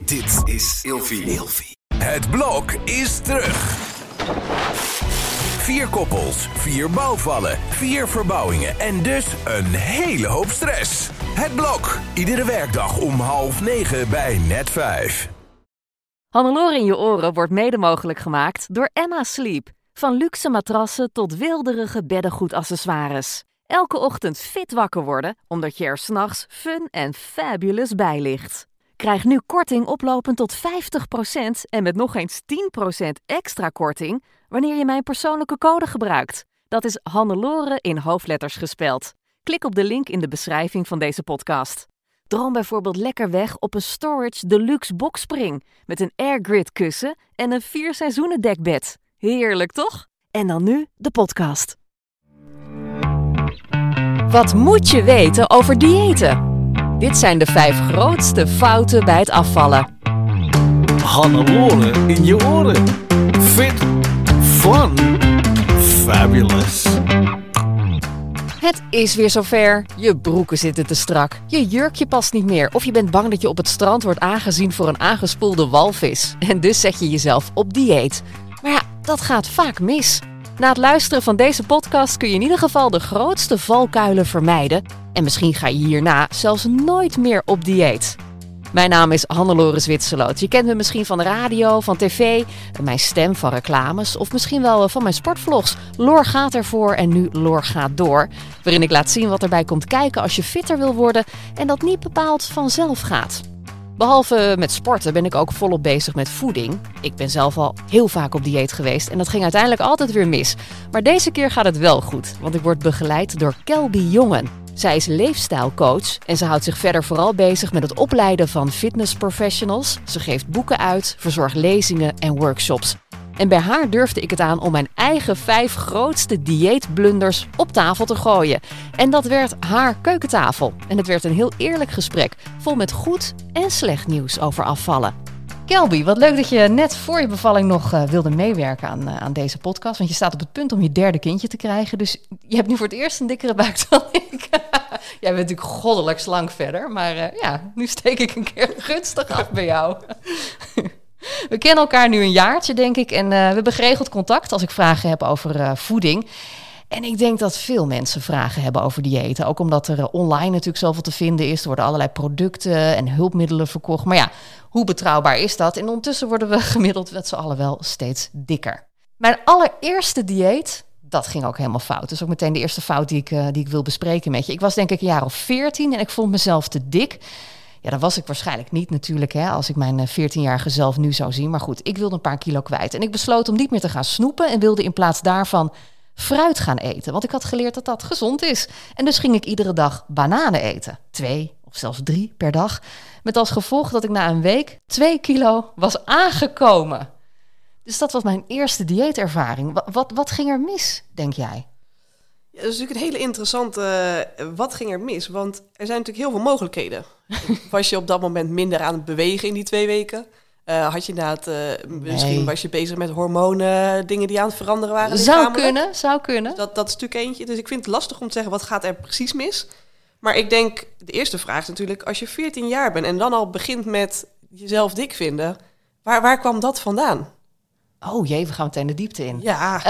Dit is Ilfie. Het blok is terug. 4 koppels, 4 bouwvallen, 4 verbouwingen en dus een hele hoop stress. Het blok, iedere werkdag om 8:30 bij Net5. Hannelore in je oren wordt mede mogelijk gemaakt door Emma Sleep. Van luxe matrassen tot wilderige beddengoedaccessoires. Elke ochtend fit wakker worden, omdat je er 's nachts fun en fabulous bij ligt. Krijg nu korting oplopend tot 50% en met nog eens 10% extra korting wanneer je mijn persoonlijke code gebruikt. Dat is Hannelore in hoofdletters gespeld. Klik op de link in de beschrijving van deze podcast. Droom bijvoorbeeld lekker weg op een Storage Deluxe boxspring met een airgrid kussen en een 4 seizoenen dekbed. Heerlijk, toch? En dan nu de podcast. Wat moet je weten over diëten? Dit zijn de 5 grootste fouten bij het afvallen. Hannelore in je oren. Fit, fun, fabulous. Het is weer zover. Je broeken zitten te strak. Je jurkje past niet meer. Of je bent bang dat je op het strand wordt aangezien voor een aangespoelde walvis. En dus zet je jezelf op dieet. Maar ja, dat gaat vaak mis. Na het luisteren van deze podcast kun je in ieder geval de grootste valkuilen vermijden. En misschien ga je hierna zelfs nooit meer op dieet. Mijn naam is Hannelore Zwitserloot. Je kent me misschien van de radio, van tv, mijn stem van reclames of misschien wel van mijn sportvlogs. Loor gaat ervoor en nu Loor gaat door. Waarin ik laat zien wat erbij komt kijken als je fitter wil worden en dat niet bepaald vanzelf gaat. Behalve met sporten ben ik ook volop bezig met voeding. Ik ben zelf al heel vaak op dieet geweest en dat ging uiteindelijk altijd weer mis. Maar deze keer gaat het wel goed, want ik word begeleid door Kelby Jongen. Zij is leefstijlcoach en ze houdt zich verder vooral bezig met het opleiden van fitnessprofessionals. Ze geeft boeken uit, verzorgt lezingen en workshops. En bij haar durfde ik het aan om mijn eigen 5 grootste dieetblunders op tafel te gooien. En dat werd haar keukentafel. En het werd een heel eerlijk gesprek, vol met goed en slecht nieuws over afvallen. Kelby, wat leuk dat je net voor je bevalling nog wilde meewerken aan deze podcast. Want je staat op het punt om je 3e kindje te krijgen. Dus je hebt nu voor het eerst een dikkere buik dan ik. Jij bent natuurlijk goddelijk slank verder. Maar nu steek ik een keer gunstig af bij jou. We kennen elkaar nu een jaartje, denk ik. En we hebben geregeld contact als ik vragen heb over voeding. En ik denk dat veel mensen vragen hebben over diëten. Ook omdat er online natuurlijk zoveel te vinden is. Er worden allerlei producten en hulpmiddelen verkocht. Maar ja, hoe betrouwbaar is dat? En ondertussen worden we gemiddeld met z'n allen wel steeds dikker. Mijn allereerste dieet, dat ging ook helemaal fout. Dus ook meteen de eerste fout die ik wil bespreken met je. Ik was denk ik een jaar of 14 en ik vond mezelf te dik. Ja, dat was ik waarschijnlijk niet natuurlijk, als ik mijn 14-jarige zelf nu zou zien. Maar goed, ik wilde een paar kilo kwijt. En ik besloot om niet meer te gaan snoepen en wilde in plaats daarvan fruit gaan eten. Want ik had geleerd dat dat gezond is. En dus ging ik iedere dag bananen eten. 2 of zelfs 3 per dag. Met als gevolg dat ik na een week 2 kilo was aangekomen. Dus dat was mijn eerste dieetervaring. Wat ging er mis, denk jij? Ja, dat is natuurlijk een hele interessante wat ging er mis? Want er zijn natuurlijk heel veel mogelijkheden. Was je op dat moment minder aan het bewegen in die 2 weken? Had je inderdaad, misschien was je bezig met hormonen, dingen die aan het veranderen waren? Zou kunnen. Dat is natuurlijk eentje. Dus ik vind het lastig om te zeggen, wat gaat er precies mis? Maar ik denk, de eerste vraag is natuurlijk, als je 14 jaar bent en dan al begint met jezelf dik vinden, waar kwam dat vandaan? Oh jee, we gaan meteen de diepte in. Ja.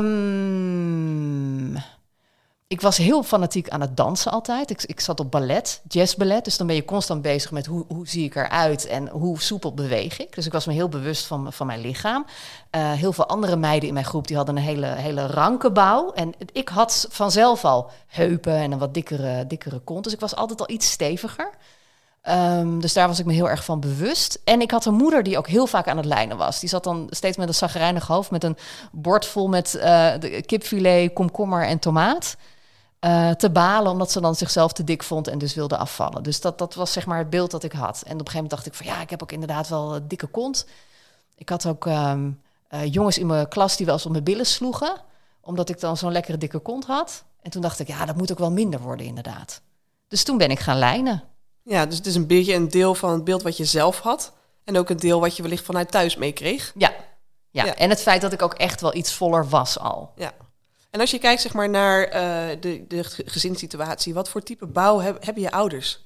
Ik was heel fanatiek aan het dansen altijd. Ik zat op ballet, jazzballet. Dus dan ben je constant bezig met hoe zie ik eruit en hoe soepel beweeg ik. Dus ik was me heel bewust van mijn lichaam. Heel veel andere meiden in mijn groep die hadden een hele ranke bouw. En ik had vanzelf al heupen en een wat dikkere kont. Dus ik was altijd al iets steviger. Dus daar was ik me heel erg van bewust. En ik had een moeder die ook heel vaak aan het lijnen was. Die zat dan steeds met een chagrijnig hoofd met een bord vol met kipfilet, komkommer en tomaat. Te balen, omdat ze dan zichzelf te dik vond en dus wilde afvallen. Dus dat was zeg maar het beeld dat ik had. En op een gegeven moment dacht ik van ja, ik heb ook inderdaad wel een dikke kont. Ik had ook jongens in mijn klas die wel eens op mijn billen sloegen, omdat ik dan zo'n lekkere dikke kont had. En toen dacht ik, ja, dat moet ook wel minder worden inderdaad. Dus toen ben ik gaan lijnen. Ja, dus het is een beetje een deel van het beeld wat je zelf had. En ook een deel wat je wellicht vanuit thuis meekreeg. Ja. En het feit dat ik ook echt wel iets voller was al. Ja. En als je kijkt zeg maar naar de gezinssituatie, wat voor type bouw hebben je ouders?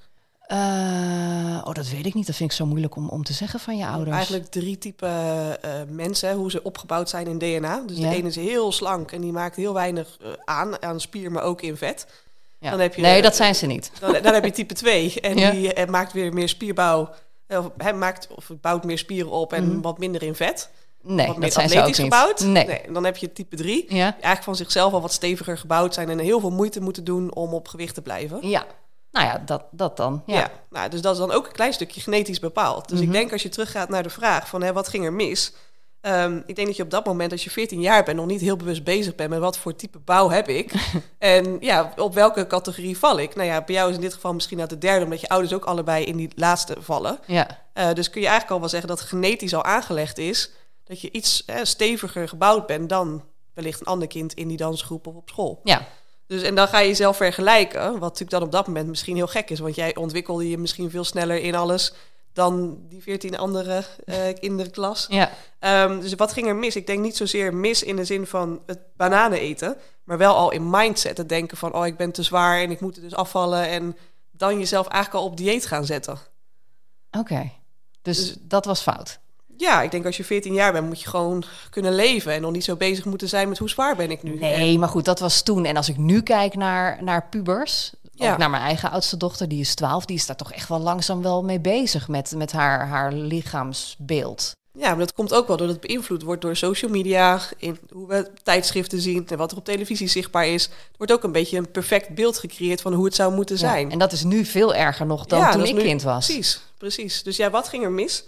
Dat weet ik niet. Dat vind ik zo moeilijk om te zeggen van je ouders. Eigenlijk 3 typen mensen, hoe ze opgebouwd zijn in DNA. Dus de ene is heel slank en die maakt heel weinig aan spier, maar ook in vet. Ja. Dan heb je, nee, dat zijn ze niet. Dan heb je type 2 en die maakt weer meer spierbouw. Hij bouwt meer spieren op en wat minder in vet. Nee, wat dat zijn ze ook niet. Gebouwd. Nee. En dan heb je type 3, die eigenlijk van zichzelf al wat steviger gebouwd zijn en heel veel moeite moeten doen om op gewicht te blijven. Ja, nou ja, dat dan. Ja. Nou, dus dat is dan ook een klein stukje genetisch bepaald. Dus ik denk als je teruggaat naar de vraag van wat ging er mis? Ik denk dat je op dat moment, als je 14 jaar bent, nog niet heel bewust bezig bent met wat voor type bouw heb ik. En op welke categorie val ik? Nou ja, bij jou is in dit geval misschien uit de derde, omdat je ouders ook allebei in die laatste vallen. Ja. Dus kun je eigenlijk al wel zeggen dat genetisch al aangelegd is dat je iets steviger gebouwd bent dan wellicht een ander kind in die dansgroep of op school. Ja. Dus, en dan ga je jezelf vergelijken, wat natuurlijk dan op dat moment misschien heel gek is, want jij ontwikkelde je misschien veel sneller in alles dan die 14 andere in de klas. Ja. Dus wat ging er mis? Ik denk niet zozeer mis in de zin van het bananen eten, maar wel al in mindset. Het denken van, ik ben te zwaar en ik moet er dus afvallen. En dan jezelf eigenlijk al op dieet gaan zetten. Oké. Dus dat was fout. Ja, ik denk als je 14 jaar bent, moet je gewoon kunnen leven en nog niet zo bezig moeten zijn met hoe zwaar ben ik nu. Nee, maar goed, dat was toen. En als ik nu kijk naar pubers, ook naar mijn eigen oudste dochter, die is 12, die is daar toch echt wel langzaam wel mee bezig met haar lichaamsbeeld. Ja, maar dat komt ook wel doordat het beïnvloed wordt door social media, in hoe we tijdschriften zien en wat er op televisie zichtbaar is. Er wordt ook een beetje een perfect beeld gecreëerd van hoe het zou moeten zijn. En dat is nu veel erger nog dan toen ik kind was. Precies. Dus wat ging er mis?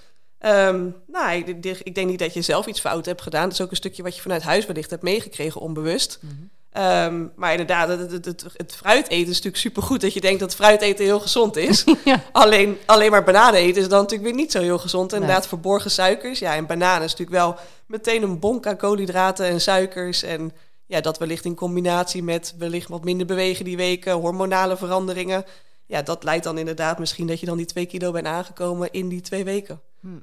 Ik denk niet dat je zelf iets fout hebt gedaan. Dat is ook een stukje wat je vanuit huis wellicht hebt meegekregen, onbewust. Mm-hmm. Maar inderdaad, het fruit eten is natuurlijk supergoed. Dat je denkt dat fruit eten heel gezond is. Ja. Alleen maar bananen eten is dan natuurlijk weer niet zo heel gezond. En inderdaad, verborgen suikers. Ja, en bananen is natuurlijk wel meteen een bonk aan koolhydraten en suikers. En ja, dat wellicht in combinatie met wellicht wat minder bewegen die weken, hormonale veranderingen. Ja, dat leidt dan inderdaad misschien dat je dan die 2 kilo bent aangekomen in die 2 weken.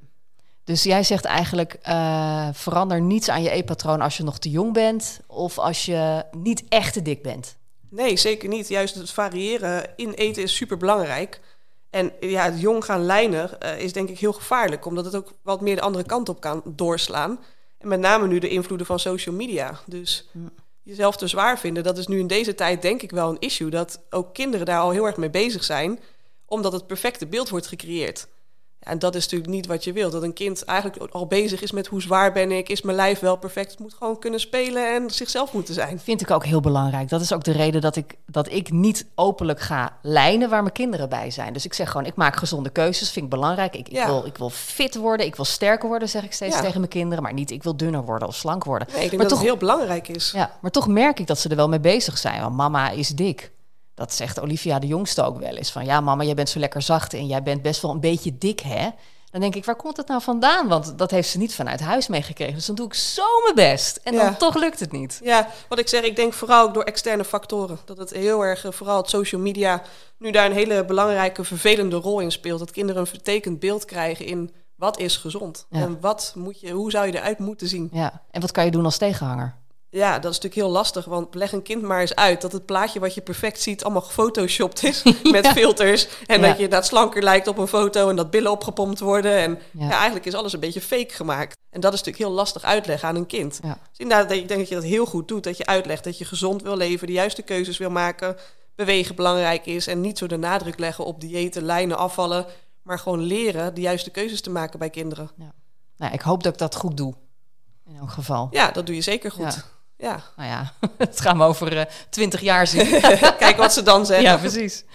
Dus jij zegt eigenlijk, verander niets aan je eetpatroon als je nog te jong bent of als je niet echt te dik bent. Nee, zeker niet. Juist het variëren in eten is super belangrijk. En ja, het jong gaan lijnen is denk ik heel gevaarlijk, omdat het ook wat meer de andere kant op kan doorslaan. En met name nu de invloeden van social media. Dus jezelf te zwaar vinden, dat is nu in deze tijd denk ik wel een issue. Dat ook kinderen daar al heel erg mee bezig zijn, omdat het perfecte beeld wordt gecreëerd. Ja, en dat is natuurlijk niet wat je wilt. Dat een kind eigenlijk al bezig is met hoe zwaar ben ik, is mijn lijf wel perfect. Het moet gewoon kunnen spelen en zichzelf moeten zijn. Vind ik ook heel belangrijk. Dat is ook de reden dat ik niet openlijk ga lijnen waar mijn kinderen bij zijn. Dus ik zeg gewoon, ik maak gezonde keuzes, vind ik belangrijk. Ik wil fit worden, ik wil sterker worden, zeg ik steeds tegen mijn kinderen. Maar niet, ik wil dunner worden of slank worden. Nee, ik denk dat het heel belangrijk is. Ja, maar toch merk ik dat ze er wel mee bezig zijn. Want mama is dik. Dat zegt Olivia, de jongste, ook wel eens. Van ja, mama, jij bent zo lekker zacht en jij bent best wel een beetje dik, hè? Dan denk ik, waar komt het nou vandaan? Want dat heeft ze niet vanuit huis meegekregen. Dus dan doe ik zo mijn best. En dan toch lukt het niet. Ja, wat ik zeg, ik denk vooral ook door externe factoren. Dat het heel erg, vooral het social media, nu daar een hele belangrijke, vervelende rol in speelt. Dat kinderen een vertekend beeld krijgen in wat is gezond. Ja. En hoe zou je eruit moeten zien? Ja, en wat kan je doen als tegenhanger? Ja, dat is natuurlijk heel lastig, want leg een kind maar eens uit dat het plaatje wat je perfect ziet allemaal gefotoshopt is met filters. En dat je inderdaad slanker lijkt op een foto en dat billen opgepompt worden. En eigenlijk is alles een beetje fake gemaakt. En dat is natuurlijk heel lastig uitleggen aan een kind. Ja. Dus inderdaad, ik denk dat je dat heel goed doet, dat je uitlegt dat je gezond wil leven, de juiste keuzes wil maken, bewegen belangrijk is en niet zo de nadruk leggen op diëten, lijnen, afvallen, maar gewoon leren de juiste keuzes te maken bij kinderen. Ja. Nou, ik hoop dat ik dat goed doe, in elk geval. Ja, dat doe je zeker goed. Ja. Ja. Nou ja, het gaan we over 20 jaar zien. Kijk wat ze dan zeggen. Ja, precies.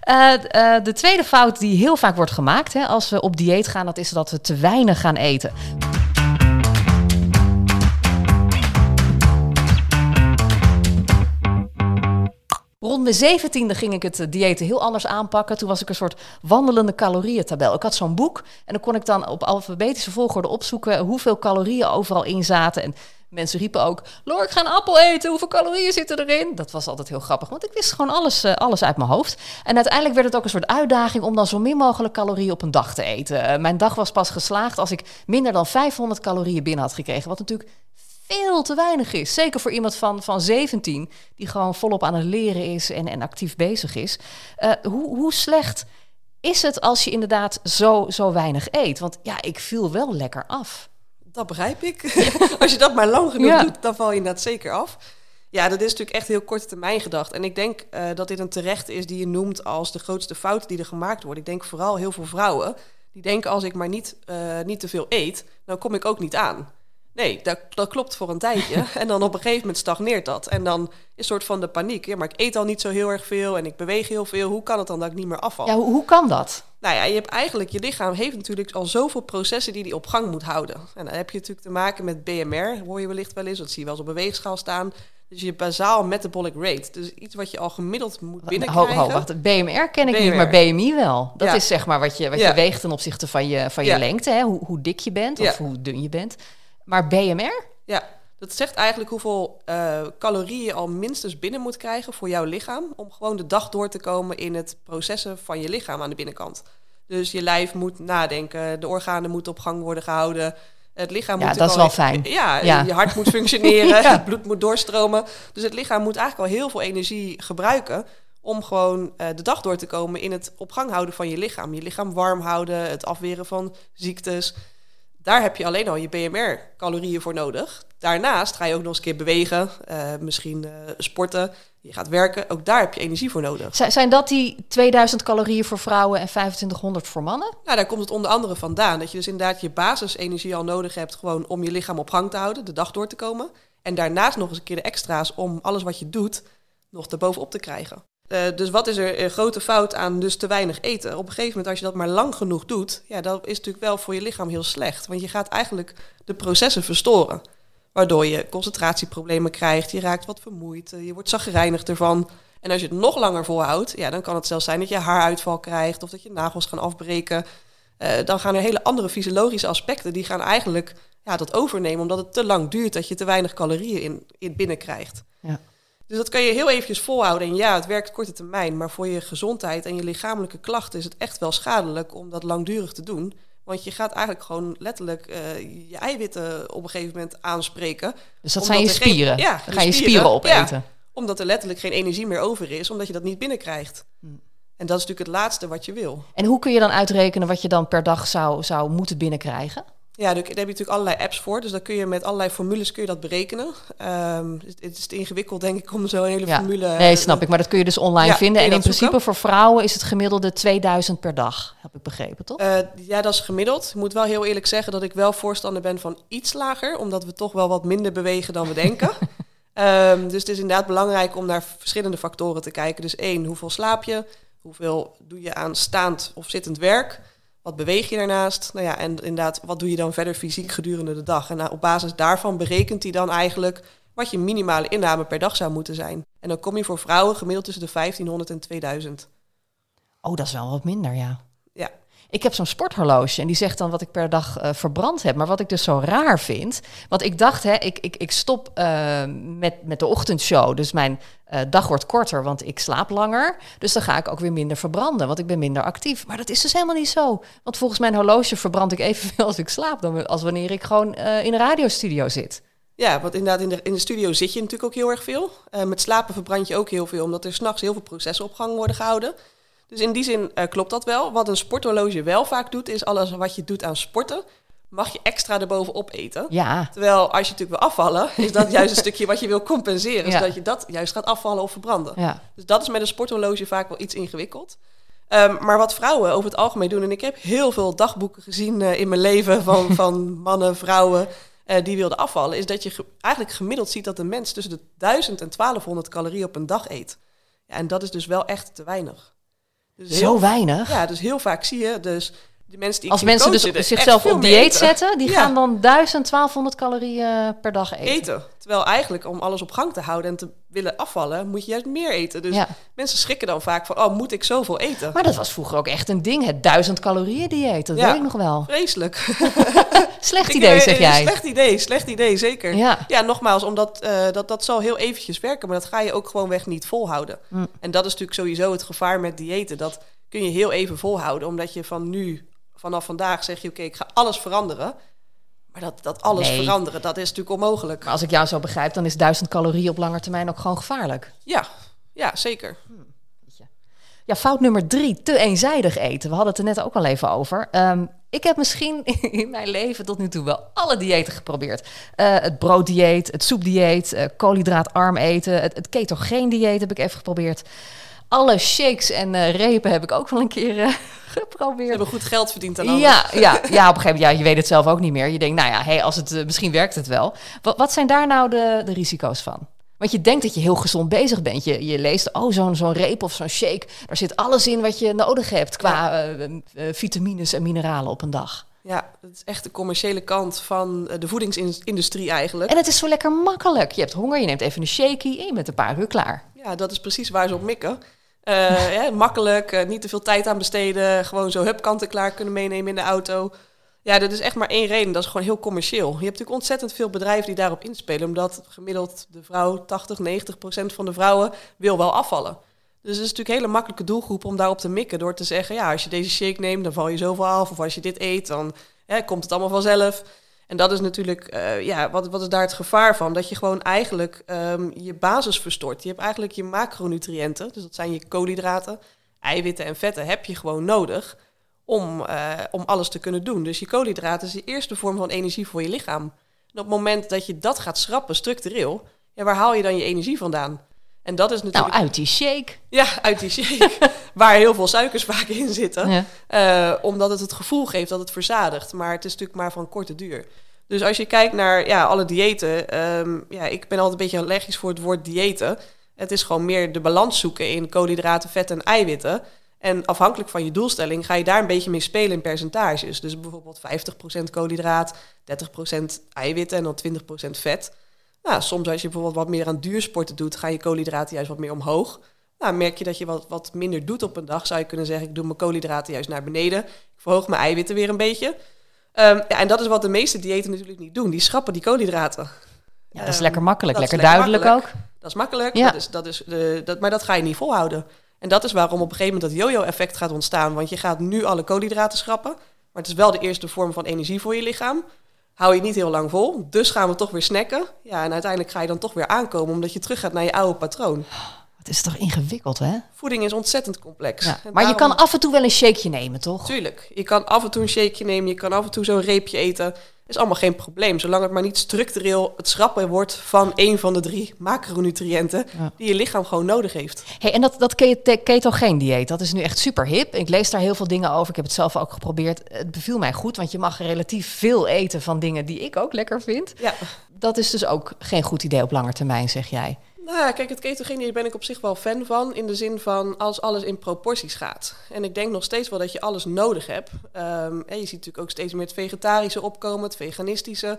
De tweede fout die heel vaak wordt gemaakt, hè, als we op dieet gaan, dat is dat we te weinig gaan eten. Rond mijn 17e ging ik het diëten heel anders aanpakken. Toen was ik een soort wandelende calorieëntabel. Ik had zo'n boek en dan kon ik dan op alfabetische volgorde opzoeken hoeveel calorieën overal in zaten. En mensen riepen ook, Loor, ik ga een appel eten, hoeveel calorieën zitten erin? Dat was altijd heel grappig, want ik wist gewoon alles uit mijn hoofd. En uiteindelijk werd het ook een soort uitdaging om dan zo min mogelijk calorieën op een dag te eten. Mijn dag was pas geslaagd als ik minder dan 500 calorieën binnen had gekregen, wat natuurlijk veel te weinig is. Zeker voor iemand van 17, die gewoon volop aan het leren is en actief bezig is. Hoe slecht is het als je inderdaad zo weinig eet? Want ja, ik viel wel lekker af. Dat begrijp ik. Als je dat maar lang genoeg doet, dan val je inderdaad zeker af. Ja, dat is natuurlijk echt heel korte termijn gedacht. En ik denk dat dit een terecht is die je noemt als de grootste fout die er gemaakt wordt. Ik denk vooral heel veel vrouwen die denken als ik maar niet te veel eet, dan kom ik ook niet aan. Nee, dat klopt voor een tijdje. En dan op een gegeven moment stagneert dat. En dan is een soort van de paniek. Ja, maar ik eet al niet zo heel erg veel en ik beweeg heel veel. Hoe kan het dan dat ik niet meer afval? Ja, hoe kan dat? Nou ja, je lichaam heeft natuurlijk al zoveel processen die hij op gang moet houden. En dan heb je natuurlijk te maken met BMR, hoor je wellicht wel eens. Dat zie je wel eens op een weegschaal staan. Dus je bazaal metabolic rate. Dus iets wat je al gemiddeld moet binnenkrijgen. Wacht, BMR ken ik niet, maar BMI wel. Dat is zeg maar wat je weegt ten opzichte van je lengte. Hè? Hoe dik je bent of hoe dun je bent. Maar BMR? Ja, dat zegt eigenlijk hoeveel calorieën je al minstens binnen moet krijgen voor jouw lichaam. Om gewoon de dag door te komen in het processen van je lichaam aan de binnenkant. Dus je lijf moet nadenken, de organen moeten op gang worden gehouden. Het lichaam moet dat is wel fijn. Je hart moet functioneren, het bloed moet doorstromen. Dus het lichaam moet eigenlijk al heel veel energie gebruiken om gewoon de dag door te komen in het op gang houden van je lichaam. Je lichaam warm houden, het afweren van ziektes. Daar heb je alleen al je BMR-calorieën voor nodig. Daarnaast ga je ook nog eens een keer bewegen, misschien sporten. Je gaat werken, ook daar heb je energie voor nodig. Zijn dat die 2000 calorieën voor vrouwen en 2500 voor mannen? Nou, daar komt het onder andere vandaan. Dat je dus inderdaad je basisenergie al nodig hebt gewoon om je lichaam op gang te houden, de dag door te komen. En daarnaast nog eens een keer de extra's om alles wat je doet nog erbovenop te krijgen. Dus wat is er een grote fout aan dus te weinig eten? Op een gegeven moment, als je dat maar lang genoeg doet, ja, dat is natuurlijk wel voor je lichaam heel slecht. Want je gaat eigenlijk de processen verstoren. Waardoor je concentratieproblemen krijgt, je raakt wat vermoeid, je wordt chagrijnig ervan. En als je het nog langer volhoudt, ja, dan kan het zelfs zijn dat je haaruitval krijgt of dat je nagels gaan afbreken. Dan gaan er hele andere fysiologische aspecten, die gaan eigenlijk dat overnemen, omdat het te lang duurt dat je te weinig calorieën in binnenkrijgt. Ja. Dus dat kan je heel eventjes volhouden. En ja, het werkt korte termijn, maar voor je gezondheid en je lichamelijke klachten is het echt wel schadelijk om dat langdurig te doen. Want je gaat eigenlijk gewoon letterlijk je eiwitten op een gegeven moment aanspreken. Dus dat zijn je spieren? Dan ga je spieren opeten. Ja, omdat er letterlijk geen energie meer over is, omdat je dat niet binnenkrijgt. En dat is natuurlijk het laatste wat je wil. En hoe kun je dan uitrekenen wat je dan per dag zou moeten binnenkrijgen? Ja, daar heb je natuurlijk allerlei apps voor. Dus dan kun je met allerlei formules dat berekenen. Het is te ingewikkeld, denk ik, om zo'n hele formule... Nee, snap ik. Maar dat kun je dus online vinden. En in principe voor vrouwen is het gemiddelde 2000 per dag. Heb ik begrepen, toch? Ja, dat is gemiddeld. Ik moet wel heel eerlijk zeggen dat ik wel voorstander ben van iets lager. Omdat we toch wel wat minder bewegen dan we denken. Dus het is inderdaad belangrijk om naar verschillende factoren te kijken. Dus 1, hoeveel slaap je? Hoeveel doe je aan staand of zittend werk? Wat beweeg je daarnaast? Nou ja, en inderdaad, wat doe je dan verder fysiek gedurende de dag? En op basis daarvan berekent hij dan eigenlijk wat je minimale inname per dag zou moeten zijn. En dan kom je voor vrouwen gemiddeld tussen de 1500 en 2000. Oh, dat is wel wat minder, ja. Ja. Ik heb zo'n sporthorloge en die zegt dan wat ik per dag verbrand heb. Maar wat ik dus zo raar vind, want ik dacht, ik stop met de ochtendshow. Dus mijn dag wordt korter, want ik slaap langer. Dus dan ga ik ook weer minder verbranden, want ik ben minder actief. Maar dat is dus helemaal niet zo. Want volgens mijn horloge verbrand ik evenveel als ik slaap dan als wanneer ik gewoon in een radiostudio zit. Ja, want inderdaad in de studio zit je natuurlijk ook heel erg veel. Met slapen verbrand je ook heel veel, omdat er 's nachts heel veel processen op gang worden gehouden. Dus in die zin klopt dat wel. Wat een sporthorloge wel vaak doet, is alles wat je doet aan sporten, mag je extra erbovenop eten. Ja. Terwijl als je natuurlijk wil afvallen, is dat juist een stukje wat je wil compenseren. Zodat je dat juist gaat afvallen of verbranden. Ja. Dus dat is met een sporthorloge vaak wel iets ingewikkeld. Maar wat vrouwen over het algemeen doen, en ik heb heel veel dagboeken gezien in mijn leven van mannen, vrouwen die wilden afvallen, is dat je eigenlijk gemiddeld ziet dat een mens tussen de 1000 en 1200 calorieën op een dag eet. Ja, en dat is dus wel echt te weinig. Dus zo weinig? Ja, dus heel vaak zie je dus de mensen die... Als mensen dus zichzelf op dieet zetten, die gaan dan 1200 calorieën per dag eten. Terwijl eigenlijk om alles op gang te houden en te willen afvallen, moet je juist meer eten. Dus mensen schrikken dan vaak van, moet ik zoveel eten? Maar dat was vroeger ook echt een ding, het 1000 calorieën dieet. Dat weet ik nog wel. Vreselijk. Slecht idee, zeg jij. Slecht idee, zeker. Ja, nogmaals, omdat dat zal heel eventjes werken, maar dat ga je ook gewoonweg niet volhouden. En dat is natuurlijk sowieso het gevaar met diëten. Dat kun je heel even volhouden, omdat je vanaf vandaag zeg je, oké, ik ga alles veranderen. Maar dat alles veranderen, dat is natuurlijk onmogelijk. Maar als ik jou zo begrijp, dan is 1000 calorieën op lange termijn ook gewoon gevaarlijk. Ja, zeker. Ja, fout nummer 3, te eenzijdig eten. We hadden het er net ook al even over. Ik heb misschien in mijn leven tot nu toe wel alle diëten geprobeerd. Het brooddieet, het soepdieet, koolhydraatarm eten, het ketogeen dieet heb ik even geprobeerd. Alle shakes en repen heb ik ook wel een keer geprobeerd. Ze hebben goed geld verdiend aan alles. Ja, op een gegeven moment, je weet het zelf ook niet meer. Je denkt, als het misschien werkt het wel. Wat zijn daar nou de risico's van? Want je denkt dat je heel gezond bezig bent. Je leest, zo'n reep of zo'n shake. Daar zit alles in wat je nodig hebt qua vitamines en mineralen op een dag. Ja, dat is echt de commerciële kant van de voedingsindustrie eigenlijk. En het is zo lekker makkelijk. Je hebt honger, je neemt even een shakie en je bent een paar uur klaar. Ja, dat is precies waar ze op mikken. Makkelijk, niet te veel tijd aan besteden. Gewoon zo kant-en-klaar kunnen meenemen in de auto. Ja, dat is echt maar één reden. Dat is gewoon heel commercieel. Je hebt natuurlijk ontzettend veel bedrijven die daarop inspelen. Omdat gemiddeld de vrouw, 80-90% van de vrouwen wil wel afvallen. Dus het is natuurlijk een hele makkelijke doelgroep om daarop te mikken. Door te zeggen, als je deze shake neemt, dan val je zoveel af. Of als je dit eet, dan komt het allemaal vanzelf. En dat is natuurlijk, wat is daar het gevaar van? Dat je gewoon eigenlijk je basis verstort. Je hebt eigenlijk je macronutriënten. Dus dat zijn je koolhydraten, eiwitten en vetten heb je gewoon nodig om alles te kunnen doen. Dus je koolhydraten is de eerste vorm van energie voor je lichaam. En op het moment dat je dat gaat schrappen structureel, waar haal je dan je energie vandaan? En dat is natuurlijk... Nou, uit die shake. Ja, uit die shake. Waar heel veel suikers vaak in zitten. Ja. Omdat het gevoel geeft dat het verzadigt. Maar het is natuurlijk maar van korte duur. Dus als je kijkt naar alle diëten... ik ben altijd een beetje allergisch voor het woord diëten. Het is gewoon meer de balans zoeken in koolhydraten, vetten en eiwitten. En afhankelijk van je doelstelling ga je daar een beetje mee spelen in percentages. Dus bijvoorbeeld 50% koolhydraat, 30% eiwitten en dan 20% vet. Nou, soms als je bijvoorbeeld wat meer aan duursporten doet, gaan je koolhydraten juist wat meer omhoog. Nou, merk je dat je wat minder doet op een dag, zou je kunnen zeggen, ik doe mijn koolhydraten juist naar beneden. Ik verhoog mijn eiwitten weer een beetje. En dat is wat de meeste diëten natuurlijk niet doen. Die schrappen die koolhydraten. Ja, dat is lekker makkelijk, lekker duidelijk ook. Dat is makkelijk, ja. Maar dat ga je niet volhouden. En dat is waarom op een gegeven moment dat yo-yo-effect gaat ontstaan. Want je gaat nu alle koolhydraten schrappen, maar het is wel de eerste vorm van energie voor je lichaam. Hou je niet heel lang vol, dus gaan we toch weer snacken. Ja, en uiteindelijk ga je dan toch weer aankomen, omdat je terug gaat naar je oude patroon. Het is toch ingewikkeld, hè? Voeding is ontzettend complex. Ja, maar je kan af en toe wel een shakeje nemen, toch? Tuurlijk. Je kan af en toe een shakeje nemen, je kan af en toe zo'n reepje eten. Dat is allemaal geen probleem, zolang het maar niet structureel het schrappen wordt van één van de 3 macronutriënten die je lichaam gewoon nodig heeft. Hey, en dat ketogeen dieet, dat is nu echt super hip. Ik lees daar heel veel dingen over. Ik heb het zelf ook geprobeerd. Het beviel mij goed, want je mag relatief veel eten van dingen die ik ook lekker vind. Ja. Dat is dus ook geen goed idee op lange termijn, zeg jij. Nou ja, kijk, het ketogeen dieet ben ik op zich wel fan van. In de zin van als alles in proporties gaat. En ik denk nog steeds wel dat je alles nodig hebt. En je ziet natuurlijk ook steeds meer het vegetarische opkomen, het veganistische.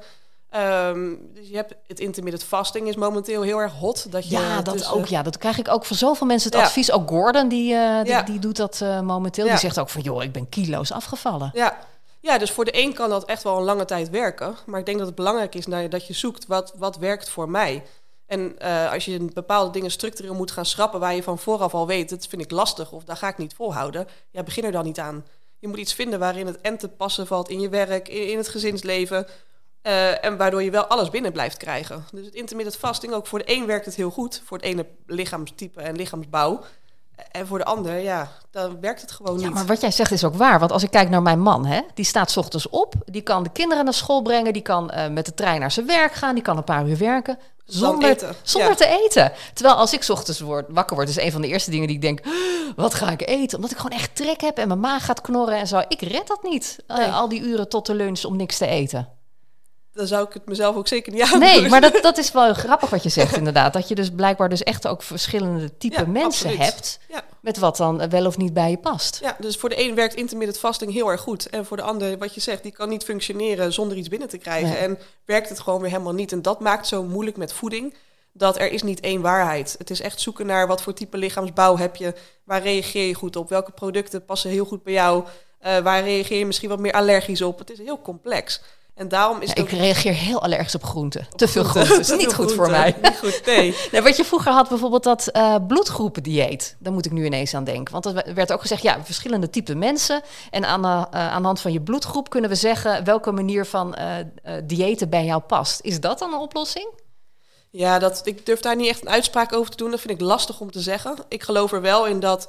Dus je hebt het intermittent fasting is momenteel heel erg hot. Dat dat krijg ik ook van zoveel mensen het advies. Ook Gordon, die doet dat momenteel. Die zegt ook van, ik ben kilo's afgevallen. Ja, dus voor de een kan dat echt wel een lange tijd werken. Maar ik denk dat het belangrijk is dat je zoekt wat werkt voor mij. En als je bepaalde dingen structureel moet gaan schrappen waar je van vooraf al weet, dat vind ik lastig of daar ga ik niet volhouden. Ja, begin er dan niet aan. Je moet iets vinden waarin het en te passen valt in je werk, in het gezinsleven. En waardoor je wel alles binnen blijft krijgen. Dus het intermittent fasting, ook voor de een werkt het heel goed. Voor het ene lichaamstype en lichaamsbouw. En voor de ander, dan werkt het gewoon niet. Ja, maar wat jij zegt is ook waar. Want als ik kijk naar mijn man, die staat 's ochtends op. Die kan de kinderen naar school brengen. Die kan met de trein naar zijn werk gaan. Die kan een paar uur werken. Zonder te eten. Terwijl als ik 's ochtends wakker word, is een van de eerste dingen die ik denk, wat ga ik eten? Omdat ik gewoon echt trek heb en mijn maag gaat knorren en zo. Ik red dat niet. Al die uren tot de lunch om niks te eten. Dan zou ik het mezelf ook zeker niet aandoen. Nee, maar dat is wel grappig wat je zegt inderdaad. Dat je dus blijkbaar dus echt ook verschillende type mensen hebt. Ja. Met wat dan wel of niet bij je past. Ja, dus voor de een werkt intermittent fasting heel erg goed. En voor de ander, wat je zegt, die kan niet functioneren zonder iets binnen te krijgen. Nee. En werkt het gewoon weer helemaal niet. En dat maakt zo moeilijk met voeding. Dat er is niet één waarheid. Het is echt zoeken naar wat voor type lichaamsbouw heb je. Waar reageer je goed op? Welke producten passen heel goed bij jou? Waar reageer je misschien wat meer allergisch op? Het is heel complex. En daarom is ik reageer heel allergisch op groenten. Te veel groenten is niet goed voor mij. Niet goed, nee. Wat je vroeger had, bijvoorbeeld dat bloedgroependieet. Daar moet ik nu ineens aan denken. Want er werd ook gezegd, verschillende typen mensen. En aan de hand van je bloedgroep kunnen we zeggen welke manier van diëten bij jou past. Is dat dan een oplossing? Ja, ik durf daar niet echt een uitspraak over te doen. Dat vind ik lastig om te zeggen. Ik geloof er wel in dat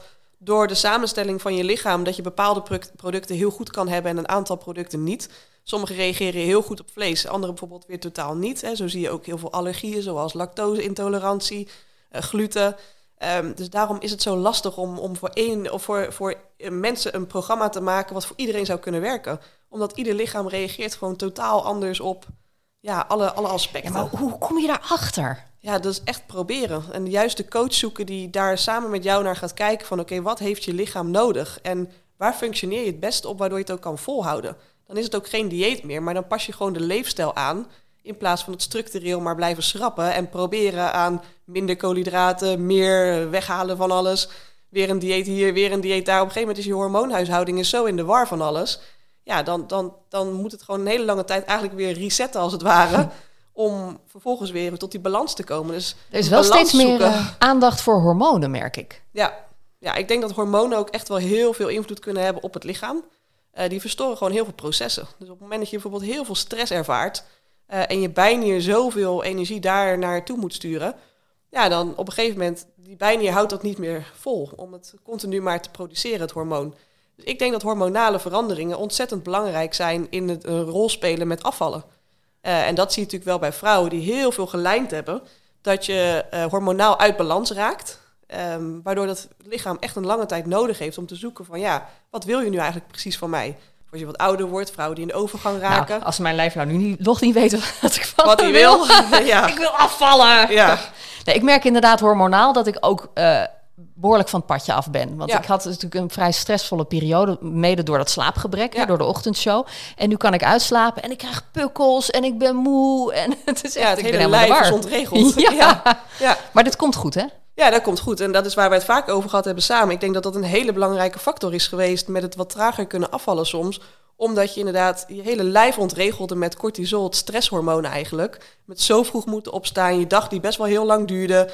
door de samenstelling van je lichaam dat je bepaalde producten heel goed kan hebben en een aantal producten niet. Sommigen reageren heel goed op vlees, anderen bijvoorbeeld weer totaal niet. Hè. Zo zie je ook heel veel allergieën, zoals lactose-intolerantie, gluten. Dus daarom is het zo lastig om voor mensen een programma te maken wat voor iedereen zou kunnen werken. Omdat ieder lichaam reageert gewoon totaal anders op alle aspecten. Ja, maar hoe kom je daarachter? Ja, dat is echt proberen. En juist de coach zoeken die daar samen met jou naar gaat kijken van oké, wat heeft je lichaam nodig? En waar functioneer je het beste op, waardoor je het ook kan volhouden? Dan is het ook geen dieet meer, maar dan pas je gewoon de leefstijl aan. In plaats van het structureel maar blijven schrappen en proberen aan minder koolhydraten, meer weghalen van alles. Weer een dieet hier, weer een dieet daar. Op een gegeven moment is je hormoonhuishouding zo in de war van alles. Ja, dan moet het gewoon een hele lange tijd eigenlijk weer resetten als het ware. Om vervolgens weer tot die balans te komen. Dus er is wel steeds meer aandacht voor hormonen, merk ik. Ja, ik denk dat hormonen ook echt wel heel veel invloed kunnen hebben op het lichaam. Die verstoren gewoon heel veel processen. Dus op het moment dat je bijvoorbeeld heel veel stress ervaart en je bijnier zoveel energie daar naartoe moet sturen, ja, dan op een gegeven moment, die bijnier houdt dat niet meer vol om het continu maar te produceren, het hormoon. Dus ik denk dat hormonale veranderingen ontzettend belangrijk zijn in het rol spelen met afvallen. En dat zie je natuurlijk wel bij vrouwen die heel veel gelijnd hebben, dat je hormonaal uit balans raakt. Waardoor dat lichaam echt een lange tijd nodig heeft om te zoeken van wat wil je nu eigenlijk precies van mij? Als je wat ouder wordt, vrouwen die in de overgang raken. Nou, als mijn lijf nou nu nog niet weet wat ik van wat hij wil. Ja. Ik wil afvallen. Ja. Nee, ik merk inderdaad hormonaal dat ik ook behoorlijk van het padje af ben. Want ik had natuurlijk een vrij stressvolle periode, mede door dat slaapgebrek, door de ochtendshow. En nu kan ik uitslapen en ik krijg pukkels en ik ben moe. En het is echt, het hele lijf is ontregeld. Ja. Maar dit komt goed, hè? Ja, dat komt goed. En dat is waar we het vaak over gehad hebben samen. Ik denk dat dat een hele belangrijke factor is geweest met het wat trager kunnen afvallen soms. Omdat je inderdaad je hele lijf ontregelde met cortisol, het stresshormoon eigenlijk. Met zo vroeg moeten opstaan, je dag die best wel heel lang duurde.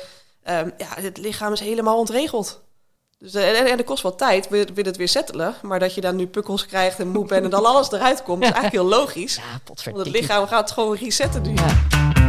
Het lichaam is helemaal ontregeld. Dus, en dat kost wat tijd, wil het weer settelen. Maar dat je dan nu pukkels krijgt en moe bent en dan alles eruit komt, is eigenlijk heel logisch. Ja, want het lichaam gaat gewoon resetten nu. Ja.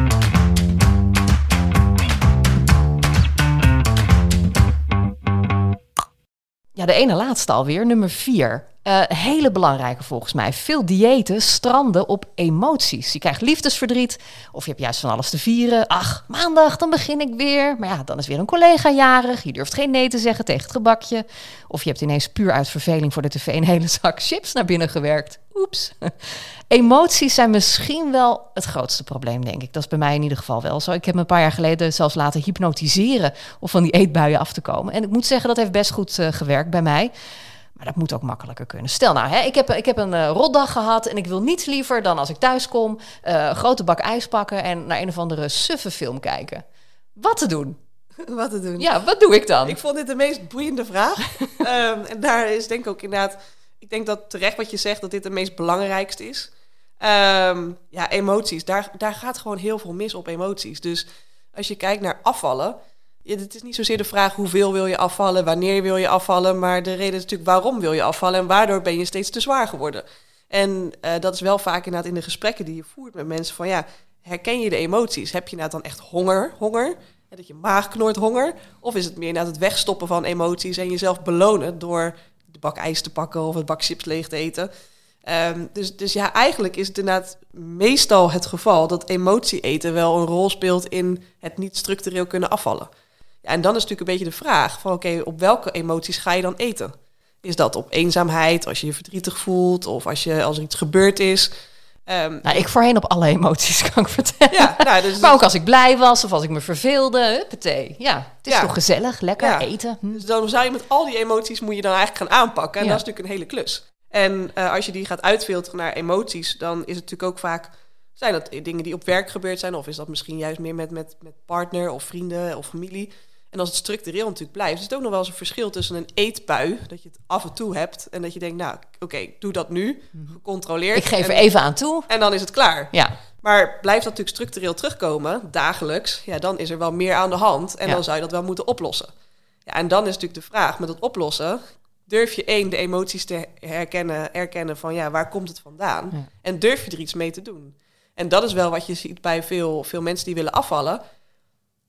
Ja, de ene laatste alweer, nummer 4. Hele belangrijke volgens mij. Veel diëten stranden op emoties. Je krijgt liefdesverdriet of je hebt juist van alles te vieren. Ach, maandag, dan begin ik weer. Maar dan is weer een collega jarig. Je durft geen nee te zeggen tegen het gebakje. Of je hebt ineens puur uit verveling voor de tv een hele zak chips naar binnen gewerkt. Oeps. Emoties zijn misschien wel het grootste probleem, denk ik. Dat is bij mij in ieder geval wel zo. Ik heb me een paar jaar geleden zelfs laten hypnotiseren om van die eetbuien af te komen. En ik moet zeggen, dat heeft best goed gewerkt bij mij. Maar dat moet ook makkelijker kunnen. Stel nou, ik heb een rotdag gehad en ik wil niets liever dan als ik thuis kom een grote bak ijs pakken en naar een of andere suffe film kijken. Wat te doen? Wat te doen? Ja, wat doe ik dan? Ik vond dit de meest boeiende vraag. En daar is denk ik ook inderdaad, ik denk dat terecht wat je zegt, dat dit de meest belangrijkste is. Emoties. Daar gaat gewoon heel veel mis op emoties. Dus als je kijkt naar afvallen, het is niet zozeer de vraag hoeveel wil je afvallen, wanneer wil je afvallen, maar de reden is natuurlijk waarom wil je afvallen en waardoor ben je steeds te zwaar geworden. En dat is wel vaak inderdaad in de gesprekken die je voert met mensen van herken je de emoties? Heb je nou dan echt honger? En dat je maag knort honger? Of is het meer inderdaad het wegstoppen van emoties en jezelf belonen door de bak ijs te pakken of het bak chips leeg te eten? Dus eigenlijk is het inderdaad meestal het geval dat emotie eten wel een rol speelt in het niet structureel kunnen afvallen. Ja, en dan is natuurlijk een beetje de vraag van oké, op welke emoties ga je dan eten? Is dat op eenzaamheid, als je je verdrietig voelt of als er iets gebeurd is? Ik voorheen op alle emoties, kan ik vertellen. Ja, dus maar ook als ik blij was of als ik me verveelde, huppatee. Ja, het is toch gezellig, lekker eten. Dus dan zou je met al die emoties moet je dan eigenlijk gaan aanpakken. En dat is natuurlijk een hele klus. En als je die gaat uitfilteren naar emoties, dan is het natuurlijk ook vaak, zijn dat dingen die op werk gebeurd zijn, of is dat misschien juist meer met partner of vrienden of familie. En als het structureel natuurlijk blijft, is het ook nog wel eens een verschil tussen een eetbui, dat je het af en toe hebt en dat je denkt, nou oké, doe dat nu, gecontroleerd. Ik geef er even aan toe. En dan is het klaar. Ja. Maar blijft dat natuurlijk structureel terugkomen, dagelijks, dan is er wel meer aan de hand en dan zou je dat wel moeten oplossen. Ja, en dan is natuurlijk de vraag met het oplossen, durf je de emoties te erkennen van waar komt het vandaan? Ja. En durf je er iets mee te doen? En dat is wel wat je ziet bij veel mensen die willen afvallen.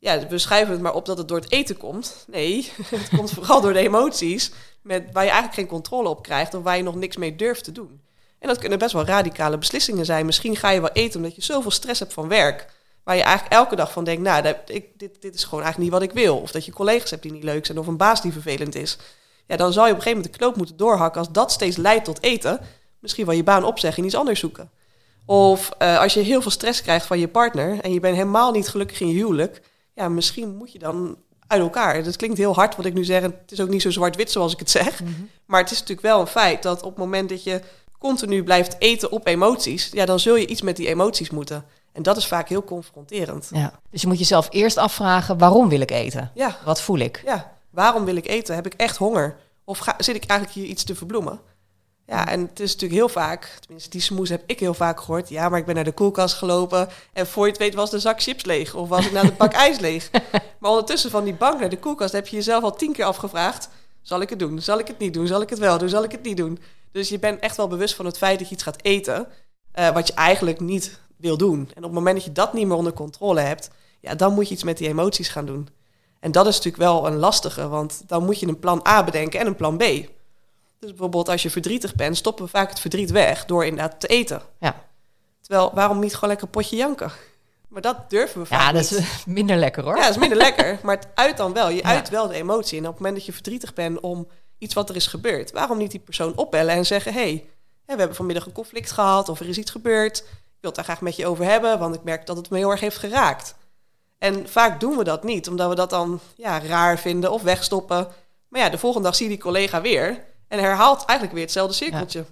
we schuiven het maar op dat het door het eten komt. Nee, het komt vooral door de emoties waar je eigenlijk geen controle op krijgt of waar je nog niks mee durft te doen. En dat kunnen best wel radicale beslissingen zijn. Misschien ga je wel eten omdat je zoveel stress hebt van werk, waar je eigenlijk elke dag van denkt, nou, dit is gewoon eigenlijk niet wat ik wil. Of dat je collega's hebt die niet leuk zijn of een baas die vervelend is. Ja, dan zal je op een gegeven moment de knoop moeten doorhakken. Als dat steeds leidt tot eten, misschien wel je baan opzeggen en iets anders zoeken. Of als je heel veel stress krijgt van je partner en je bent helemaal niet gelukkig in je huwelijk, ja, misschien moet je dan uit elkaar. Dat klinkt heel hard wat ik nu zeg. Het is ook niet zo zwart-wit zoals ik het zeg. Mm-hmm. Maar het is natuurlijk wel een feit dat op het moment dat je continu blijft eten op emoties, ja, dan zul je iets met die emoties moeten. En dat is vaak heel confronterend. Ja. Dus je moet jezelf eerst afvragen, waarom wil ik eten? Ja. Wat voel ik? Ja, waarom wil ik eten? Heb ik echt honger? Of zit ik eigenlijk hier iets te verbloemen? Ja, en het is natuurlijk heel vaak, tenminste die smoes heb ik heel vaak gehoord. Ja, maar ik ben naar de koelkast gelopen en voor je het weet was de zak chips leeg. Of was ik naar de bak ijs leeg. Maar ondertussen van die bank naar de koelkast heb je jezelf al 10 keer afgevraagd. Zal ik het doen? Zal ik het niet doen? Zal ik het wel doen? Zal ik het niet doen? Dus je bent echt wel bewust van het feit dat je iets gaat eten, wat je eigenlijk niet wil doen. En op het moment dat je dat niet meer onder controle hebt, ja, dan moet je iets met die emoties gaan doen. En dat is natuurlijk wel een lastige, want dan moet je een plan A bedenken en een plan B. Dus bijvoorbeeld als je verdrietig bent, stoppen we vaak het verdriet weg door inderdaad te eten. Ja. Terwijl, waarom niet gewoon lekker een potje janken? Maar dat durven we vaak niet. Ja, dat is minder lekker hoor. Ja, dat is minder lekker, maar het uit dan wel. Je uit wel de emotie. En op het moment dat je verdrietig bent om iets wat er is gebeurd, waarom niet die persoon opbellen en zeggen, hey, we hebben vanmiddag een conflict gehad of er is iets gebeurd. Ik wil het daar graag met je over hebben, want ik merk dat het me heel erg heeft geraakt. En vaak doen we dat niet, omdat we dat dan raar vinden of wegstoppen. Maar ja, de volgende dag zie je die collega weer en herhaalt eigenlijk weer hetzelfde cirkeltje.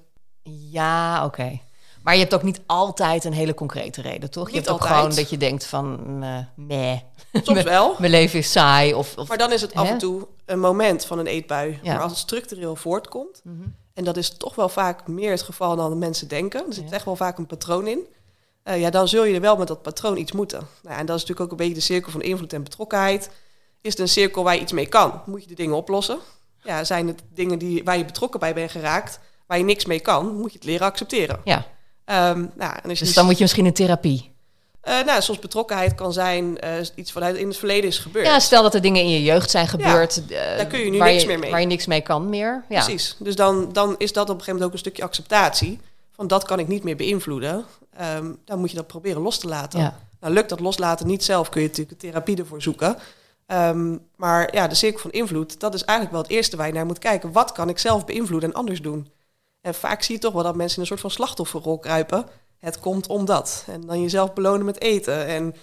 Ja, oké. Maar je hebt ook niet altijd een hele concrete reden, toch? Je hebt ook gewoon dat je denkt van, nee. Soms wel. Mijn leven is saai. Of maar dan is het af en toe een moment van een eetbui. Ja. Maar als het structureel voortkomt, en dat is toch wel vaak meer het geval dan de mensen denken. Er zit echt wel vaak een patroon in. Dan zul je er wel met dat patroon iets moeten. Nou, en dat is natuurlijk ook een beetje de cirkel van invloed en betrokkenheid. Is het een cirkel waar je iets mee kan? Moet je de dingen oplossen? Ja, zijn het dingen waar je betrokken bij bent geraakt, waar je niks mee kan, moet je het leren accepteren. Ja. En als je dus dan moet je misschien in therapie. Soms betrokkenheid kan zijn iets vanuit in het verleden is gebeurd. Ja, stel dat er dingen in je jeugd zijn gebeurd. Daar kun je nu niks meer mee. Waar je niks mee kan meer. Ja. Precies. Dus dan is dat op een gegeven moment ook een stukje acceptatie. Van dat kan ik niet meer beïnvloeden. Dan moet je dat proberen los te laten. Ja. Nou, lukt dat loslaten niet zelf, kun je natuurlijk een therapie ervoor zoeken. Maar ja, de cirkel van invloed, dat is eigenlijk wel het eerste waar je naar moet kijken. Wat kan ik zelf beïnvloeden en anders doen? En vaak zie je toch wel dat mensen in een soort van slachtofferrol kruipen. Het komt omdat. En dan jezelf belonen met eten. En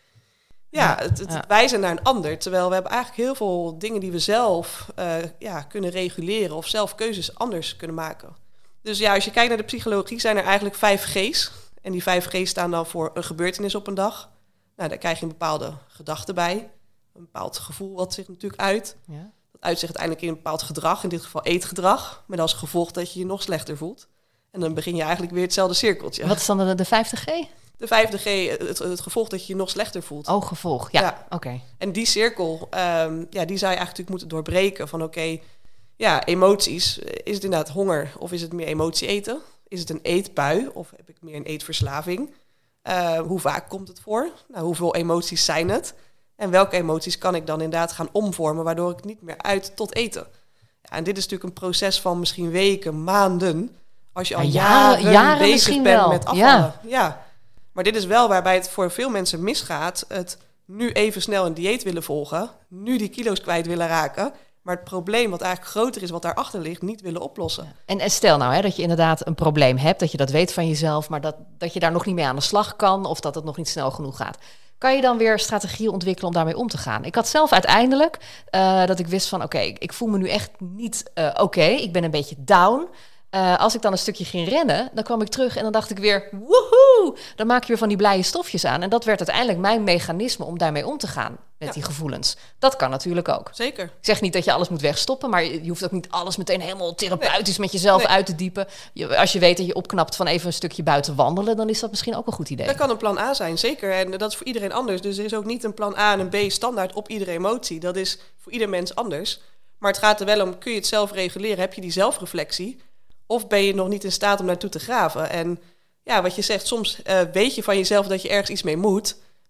het wijzen naar een ander. Terwijl we hebben eigenlijk heel veel dingen die we zelf kunnen reguleren. Of zelf keuzes anders kunnen maken. Dus ja, als je kijkt naar de psychologie zijn er eigenlijk 5 G's. En die 5 G's staan dan voor een gebeurtenis op een dag. Nou, daar krijg je een bepaalde gedachte bij. Een bepaald gevoel wat zich natuurlijk uit. Ja. Dat uitzicht uiteindelijk in een bepaald gedrag. In dit geval eetgedrag. Met als gevolg dat je je nog slechter voelt. En dan begin je eigenlijk weer hetzelfde cirkeltje. Wat is dan de 5e G? De 5e G, het gevolg dat je je nog slechter voelt. Oh, gevolg. Ja. Oké. En die cirkel, die zou je eigenlijk moeten doorbreken. Van emoties. Is het inderdaad honger of is het meer emotie eten? Is het een eetbui of heb ik meer een eetverslaving? Hoe vaak komt het voor? Nou, hoeveel emoties zijn het? En welke emoties kan ik dan inderdaad gaan omvormen, waardoor ik niet meer uit tot eten? Ja, en dit is natuurlijk een proces van misschien weken, maanden. Als je al jaren bezig bent met afvallen. Ja. Maar dit is wel waarbij het voor veel mensen misgaat. Het nu even snel een dieet willen volgen. Nu die kilo's kwijt willen raken. Maar het probleem wat eigenlijk groter is, wat daarachter ligt, niet willen oplossen. En stel nou dat je inderdaad een probleem hebt, dat je dat weet van jezelf, maar dat je daar nog niet mee aan de slag kan of dat het nog niet snel genoeg gaat. Kan je dan weer strategieën ontwikkelen om daarmee om te gaan? Ik had zelf uiteindelijk dat ik wist van ik voel me nu echt niet oké. Ik ben een beetje down. Als ik dan een stukje ging rennen, dan kwam ik terug en dan dacht ik weer, woehoe! Dan maak je weer van die blije stofjes aan. En dat werd uiteindelijk mijn mechanisme om daarmee om te gaan met die gevoelens. Dat kan natuurlijk ook. Zeker. Ik zeg niet dat je alles moet wegstoppen, maar je hoeft ook niet alles meteen helemaal therapeutisch met jezelf uit te diepen. Als je weet dat je opknapt van even een stukje buiten wandelen, dan is dat misschien ook een goed idee. Dat kan een plan A zijn, zeker. En dat is voor iedereen anders. Dus er is ook niet een plan A en een B standaard op iedere emotie. Dat is voor ieder mens anders. Maar het gaat er wel om, kun je het zelf reguleren? Heb je die zelfreflectie? Of ben je nog niet in staat om naartoe te graven? En ja, wat je zegt, soms weet je van jezelf dat je ergens iets mee moet.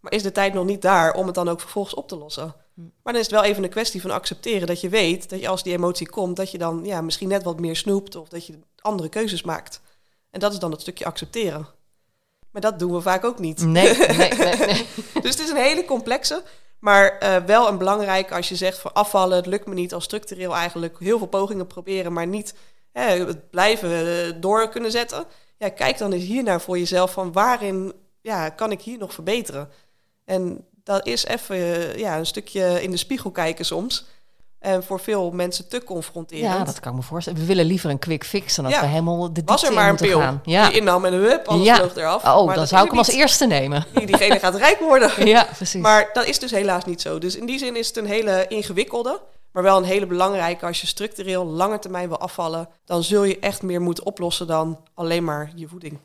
Maar is de tijd nog niet daar om het dan ook vervolgens op te lossen? Maar dan is het wel even een kwestie van accepteren dat je weet dat je als die emotie komt, dat je dan misschien net wat meer snoept of dat je andere keuzes maakt. En dat is dan het stukje accepteren. Maar dat doen we vaak ook niet. Nee. Dus het is een hele complexe, maar wel een belangrijke als je zegt van afvallen, het lukt me niet, al structureel eigenlijk heel veel pogingen proberen, maar niet het blijven door kunnen zetten. Ja, kijk dan eens hiernaar voor jezelf van waarin kan ik hier nog verbeteren? En dat is even een stukje in de spiegel kijken soms. En voor veel mensen te confronterend. Ja, dat kan ik me voorstellen. We willen liever een quick fix dan dat we helemaal de diepte was er maar een pil gaan. die innam en hup, alles vloog eraf. Oh, dan zou ik hem als eerste nemen. Diegene gaat rijk worden. Ja, precies. Maar dat is dus helaas niet zo. Dus in die zin is het een hele ingewikkelde, maar wel een hele belangrijke. Als je structureel lange termijn wil afvallen, dan zul je echt meer moeten oplossen dan alleen maar je voeding.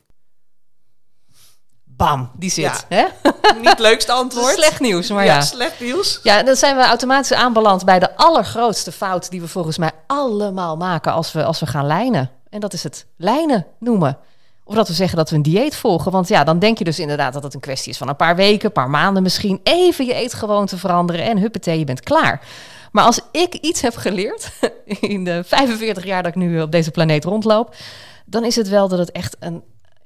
Bam, die zit. Ja. Hè? Niet het leukste antwoord. Slecht nieuws, maar ja. Slecht nieuws. Ja, dan zijn we automatisch aanbeland bij de allergrootste fout die we volgens mij allemaal maken als we gaan lijnen. En dat is het lijnen noemen. Of dat we zeggen dat we een dieet volgen. Want dan denk je dus inderdaad dat het een kwestie is van een paar weken, een paar maanden misschien. Even je eetgewoonte veranderen en huppatee, je bent klaar. Maar als ik iets heb geleerd in de 45 jaar dat ik nu op deze planeet rondloop, dan is het wel dat het echt een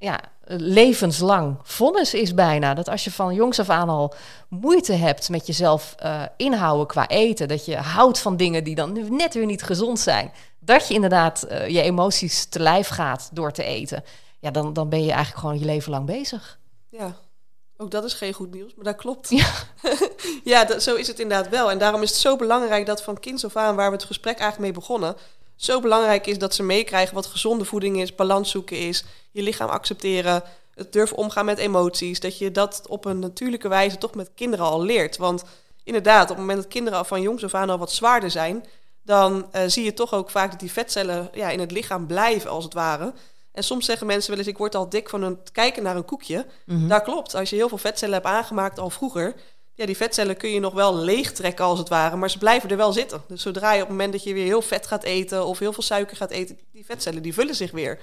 levenslang vonnis is bijna. Dat als je van jongs af aan al moeite hebt met jezelf inhouden qua eten, dat je houdt van dingen die dan nu net weer niet gezond zijn, dat je inderdaad je emoties te lijf gaat door te eten, dan ben je eigenlijk gewoon je leven lang bezig. Ja, ook dat is geen goed nieuws, maar dat klopt. Ja, zo is het inderdaad wel. En daarom is het zo belangrijk dat van kinds af aan, waar we het gesprek eigenlijk mee begonnen, zo belangrijk is dat ze meekrijgen wat gezonde voeding is, balans zoeken is, je lichaam accepteren, het durven omgaan met emoties, dat je dat op een natuurlijke wijze toch met kinderen al leert. Want inderdaad, op het moment dat kinderen van jongs af aan al wat zwaarder zijn, dan zie je toch ook vaak dat die vetcellen in het lichaam blijven, als het ware. En soms zeggen mensen wel eens, ik word al dik van het kijken naar een koekje. Mm-hmm. Dat klopt. Als je heel veel vetcellen hebt aangemaakt al vroeger, die vetcellen kun je nog wel leegtrekken als het ware, maar ze blijven er wel zitten. Dus zodra je op het moment dat je weer heel vet gaat eten of heel veel suiker gaat eten, die vetcellen die vullen zich weer.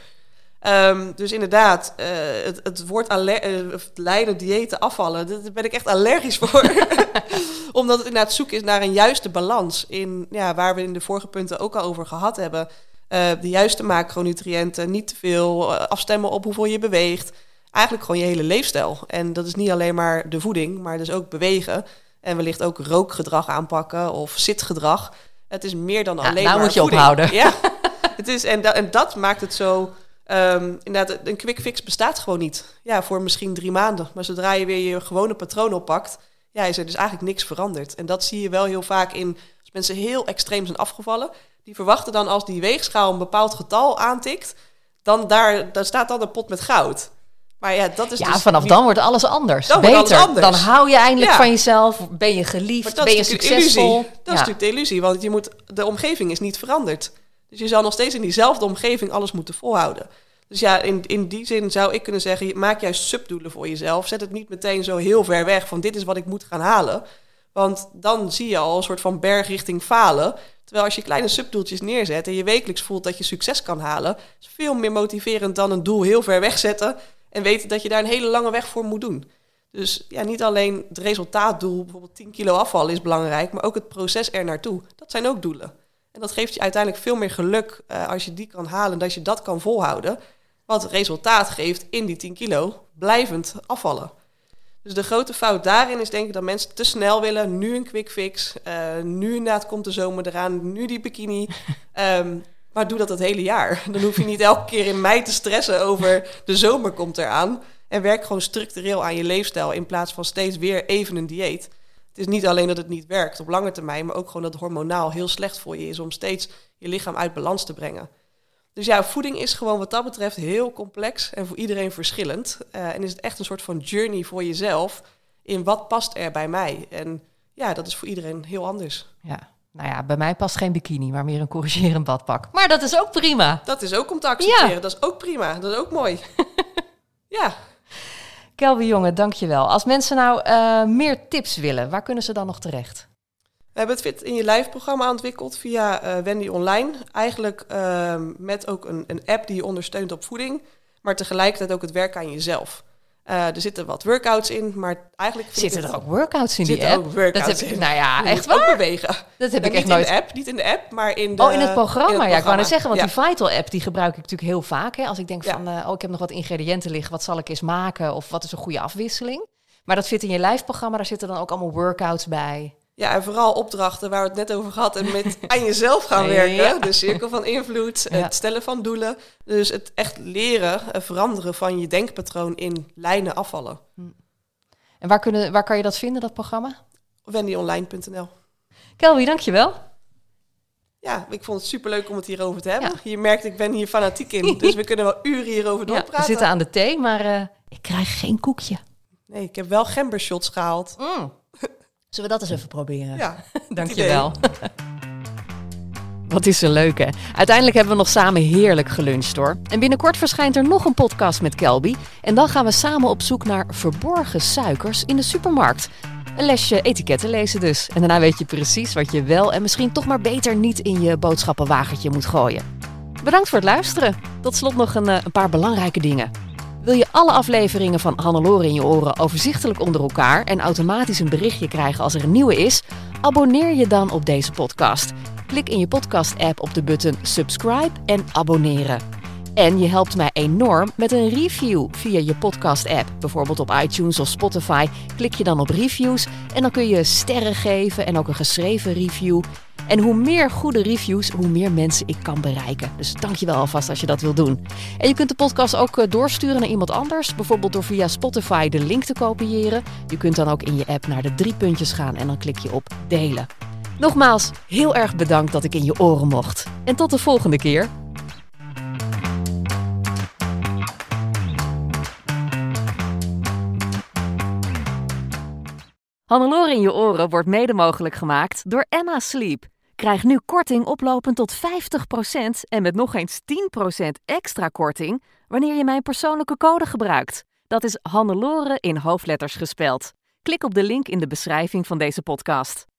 Dus inderdaad, het woord lijnen, diëten, afvallen, daar ben ik echt allergisch voor. Omdat het inderdaad zoeken is naar een juiste balans in, waar we in de vorige punten ook al over gehad hebben. De juiste macronutriënten, niet te veel, afstemmen op hoeveel je beweegt. Eigenlijk gewoon je hele leefstijl. En dat is niet alleen maar de voeding, maar dus ook bewegen. En wellicht ook rookgedrag aanpakken of zitgedrag. Het is meer dan alleen maar moet je voeding. Ophouden. Ja, het is, en dat maakt het zo. Inderdaad, een quick fix bestaat gewoon niet. Ja, voor misschien 3 maanden. Maar zodra je weer je gewone patroon oppakt, is er dus eigenlijk niks veranderd. En dat zie je wel heel vaak in, als mensen heel extreem zijn afgevallen, die verwachten dan als die weegschaal een bepaald getal aantikt, dan daar staat dan een pot met goud. Maar dat is dus vanaf niet, dan wordt alles anders. Dan Beter. Wordt alles anders. Dan hou je eindelijk van jezelf. Ben je geliefd? Ben je succesvol? Dat is natuurlijk de illusie, want de omgeving is niet veranderd. Dus je zou nog steeds in diezelfde omgeving alles moeten volhouden. Dus in die zin zou ik kunnen zeggen, maak juist subdoelen voor jezelf. Zet het niet meteen zo heel ver weg van dit is wat ik moet gaan halen. Want dan zie je al een soort van berg richting falen. Terwijl als je kleine subdoeltjes neerzet en je wekelijks voelt dat je succes kan halen, is veel meer motiverend dan een doel heel ver wegzetten en weten dat je daar een hele lange weg voor moet doen. Dus niet alleen het resultaatdoel, bijvoorbeeld 10 kilo afvallen is belangrijk, maar ook het proces er naartoe. Dat zijn ook doelen. En dat geeft je uiteindelijk veel meer geluk als je die kan halen en dat je dat kan volhouden. Wat resultaat geeft in die 10 kilo blijvend afvallen. Dus de grote fout daarin is denk ik dat mensen te snel willen. Nu een quick fix. Nu inderdaad komt de zomer eraan. Nu die bikini. Maar doe dat het hele jaar. Dan hoef je niet elke keer in mei te stressen over de zomer komt eraan. En werk gewoon structureel aan je leefstijl in plaats van steeds weer even een dieet. Het is niet alleen dat het niet werkt op lange termijn, maar ook gewoon dat het hormonaal heel slecht voor je is om steeds je lichaam uit balans te brengen. Dus voeding is gewoon wat dat betreft heel complex en voor iedereen verschillend. En is het echt een soort van journey voor jezelf in wat past er bij mij. En dat is voor iedereen heel anders. Ja, bij mij past geen bikini, maar meer een corrigerend badpak. Maar dat is ook prima. Dat is ook om te accepteren. Dat is ook prima. Dat is ook mooi. Ja. Kelby Jonge, dankjewel. Als mensen nou meer tips willen, waar kunnen ze dan nog terecht? We hebben het Fit in je Lijf programma ontwikkeld via Wendy Online. Eigenlijk met ook een app die je ondersteunt op voeding, maar tegelijkertijd ook het werken aan jezelf. Er zitten wat workouts in, maar eigenlijk... Zitten er ook workouts in die app? Ook workouts in. Nou ja, echt ook waar? bewegen. Dat heb ik echt niet nooit... Niet in de app, maar in de... in het programma. Ja, ik wou net zeggen, want Ja. die Vital-app die gebruik ik natuurlijk heel vaak. Hè, als ik denk van, ik heb nog wat ingrediënten liggen, wat zal ik eens maken? Of wat is een goede afwisseling? Maar dat zit in je lijfprogramma, daar zitten dan ook allemaal workouts bij. Ja, en vooral opdrachten waar we het net over gehad en met aan jezelf gaan werken. Ja. De cirkel van invloed, het stellen van doelen. Dus het echt leren, veranderen van je denkpatroon in lijnen afvallen. En waar kan je dat vinden, dat programma? wendyonline.nl. Kelby, dankjewel. Ja, ik vond het superleuk om het hierover te hebben. Ja. Je merkt, ik ben hier fanatiek in, dus we kunnen wel uren hierover Ja, doorpraten. we zitten aan de thee, maar ik krijg geen koekje. Nee, ik heb wel gembershots gehaald. Zullen we dat eens even proberen? Ja, Dankjewel. Wat is er leuk, hè? Uiteindelijk hebben we nog samen heerlijk geluncht, hoor. En binnenkort verschijnt er nog een podcast met Kelby. En dan gaan we samen op zoek naar verborgen suikers in de supermarkt. Een lesje etiketten lezen dus. En daarna weet je precies wat je wel en misschien toch maar beter niet in je boodschappenwagentje moet gooien. Bedankt voor het luisteren. Tot slot nog een paar belangrijke dingen. Wil je alle afleveringen van Hannelore in je oren overzichtelijk onder elkaar en automatisch een berichtje krijgen als er een nieuwe is? Abonneer je dan op deze podcast. Klik in je podcast-app op de button subscribe en abonneren. En je helpt mij enorm met een review via je podcast-app. Bijvoorbeeld op iTunes of Spotify. Klik je dan op reviews en dan kun je sterren geven en ook een geschreven review. En hoe meer goede reviews, hoe meer mensen ik kan bereiken. Dus dank je wel alvast als je dat wil doen. En je kunt de podcast ook doorsturen naar iemand anders. Bijvoorbeeld door via Spotify de link te kopiëren. Je kunt dan ook in je app naar de 3 puntjes gaan en dan klik je op delen. Nogmaals, heel erg bedankt dat ik in je oren mocht. En tot de volgende keer. Hannelore in je oren wordt mede mogelijk gemaakt door Emma Sleep. Krijg nu korting oplopend tot 50% en met nog eens 10% extra korting wanneer je mijn persoonlijke code gebruikt. Dat is Hannelore in hoofdletters gespeld. Klik op de link in de beschrijving van deze podcast.